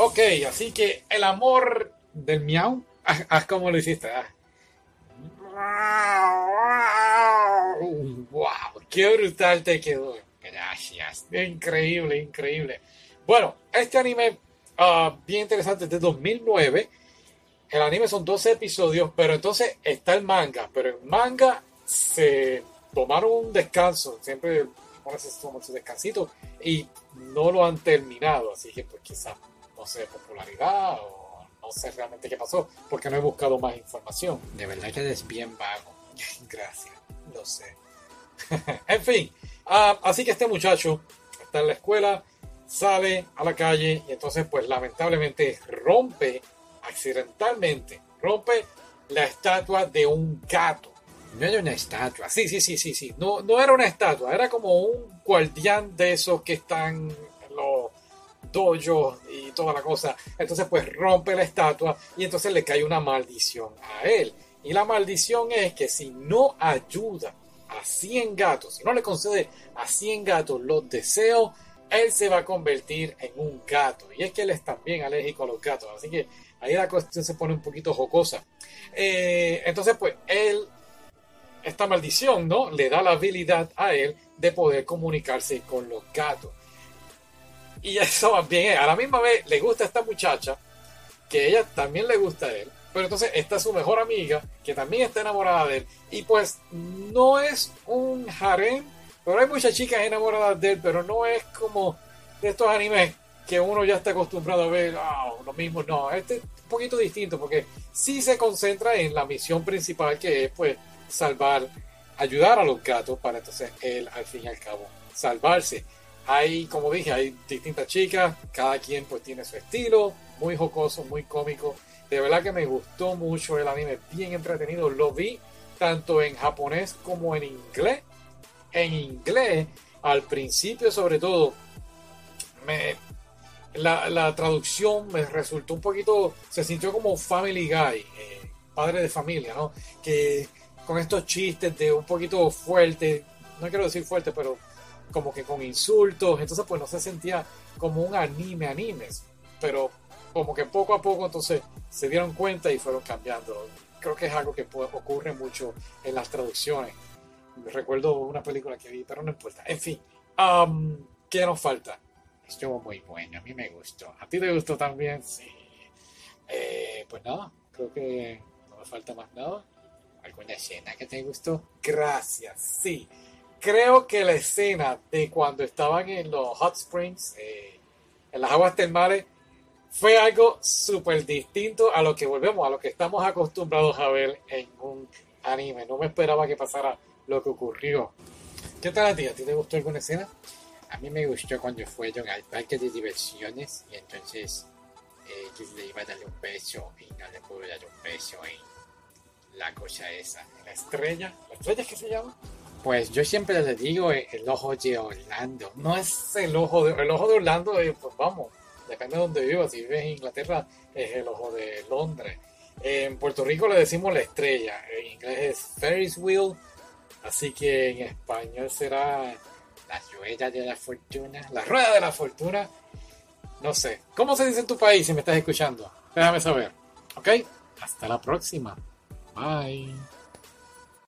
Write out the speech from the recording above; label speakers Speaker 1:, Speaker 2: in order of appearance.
Speaker 1: Ok, así que el amor del miau. ¿Cómo lo hiciste? Wow, qué brutal te quedó. Gracias. Increíble, increíble. Bueno, este anime, bien interesante, es de 2009. El anime son 12 episodios, pero entonces está el manga. Pero el manga se tomaron un descanso, siempre se toman su descansito y no lo han terminado. Así que pues quizás, no sé, popularidad o no sé realmente qué pasó, porque no he buscado más información. De verdad que eres bien vago. Gracias, lo sé. En fin, así que este muchacho está en la escuela, sale a la calle y entonces pues lamentablemente accidentalmente rompe la estatua de un gato. No era una estatua, sí. No era una estatua, era como un guardián de esos que están en los dojos y toda la cosa. Entonces pues rompe la estatua y entonces le cae una maldición a él. Y la maldición es que si no ayuda a 100 gatos, si no le concede a 100 gatos los deseos, él se va a convertir en un gato. Y es que él es también alérgico a los gatos. Así que ahí la cuestión se pone un poquito jocosa. Entonces, pues, esta maldición, ¿no? Le da la habilidad a él de poder comunicarse con los gatos. Y eso más bien es, a la misma vez le gusta a esta muchacha, que ella también le gusta a él. Pero entonces está su mejor amiga, que también está enamorada de él. Y pues no es un harem, pero hay muchas chicas enamoradas de él, pero no es como de estos animes que uno ya está acostumbrado a ver, lo mismo. No, este es un poquito distinto, porque sí se concentra en la misión principal, que es pues ayudar a los gatos para entonces él al fin y al cabo salvarse. Hay, como dije, hay distintas chicas, cada quien pues tiene su estilo, muy jocoso, muy cómico. De verdad que me gustó mucho el anime, bien entretenido. Lo vi tanto en japonés como en inglés. En inglés, al principio sobre todo, la traducción me resultó un poquito, se sintió como Family Guy, padre de familia, ¿no? Que con estos chistes de un poquito fuerte, no quiero decir fuerte, pero como que con insultos, entonces pues no se sentía como un animes, pero como que poco a poco entonces se dieron cuenta y fueron cambiando. Creo que es algo que ocurre mucho en las traducciones. Recuerdo una película que vi, pero no importa. En fin, ¿qué nos falta? Estuvo muy bueno, a mí me gustó. ¿A ti te gustó también? Sí. Pues nada, creo que no me falta más nada. ¿Alguna escena que te gustó? Gracias, sí. Creo que la escena de cuando estaban en los hot springs, en las aguas termales, fue algo súper distinto a lo que a lo que estamos acostumbrados a ver en un anime. No me esperaba que pasara lo que ocurrió. ¿Qué tal a ti? ¿A ti te gustó alguna escena? A mí me gustó cuando fueron al parque de diversiones y entonces le iba a darle un beso y no le pudo dar un beso y la cosa esa. ¿La estrella es que se llama? Pues yo siempre le digo el ojo de Orlando. No es el ojo de Orlando, pues vamos, depende de donde vivas. Si vives en Inglaterra, es el ojo de Londres. En Puerto Rico le decimos la estrella. En inglés es Ferris wheel. Así que en español será la rueda de la fortuna. La rueda de la fortuna. No sé. ¿Cómo se dice en tu país si me estás escuchando? Déjame saber. ¿Ok? Hasta la próxima. Bye.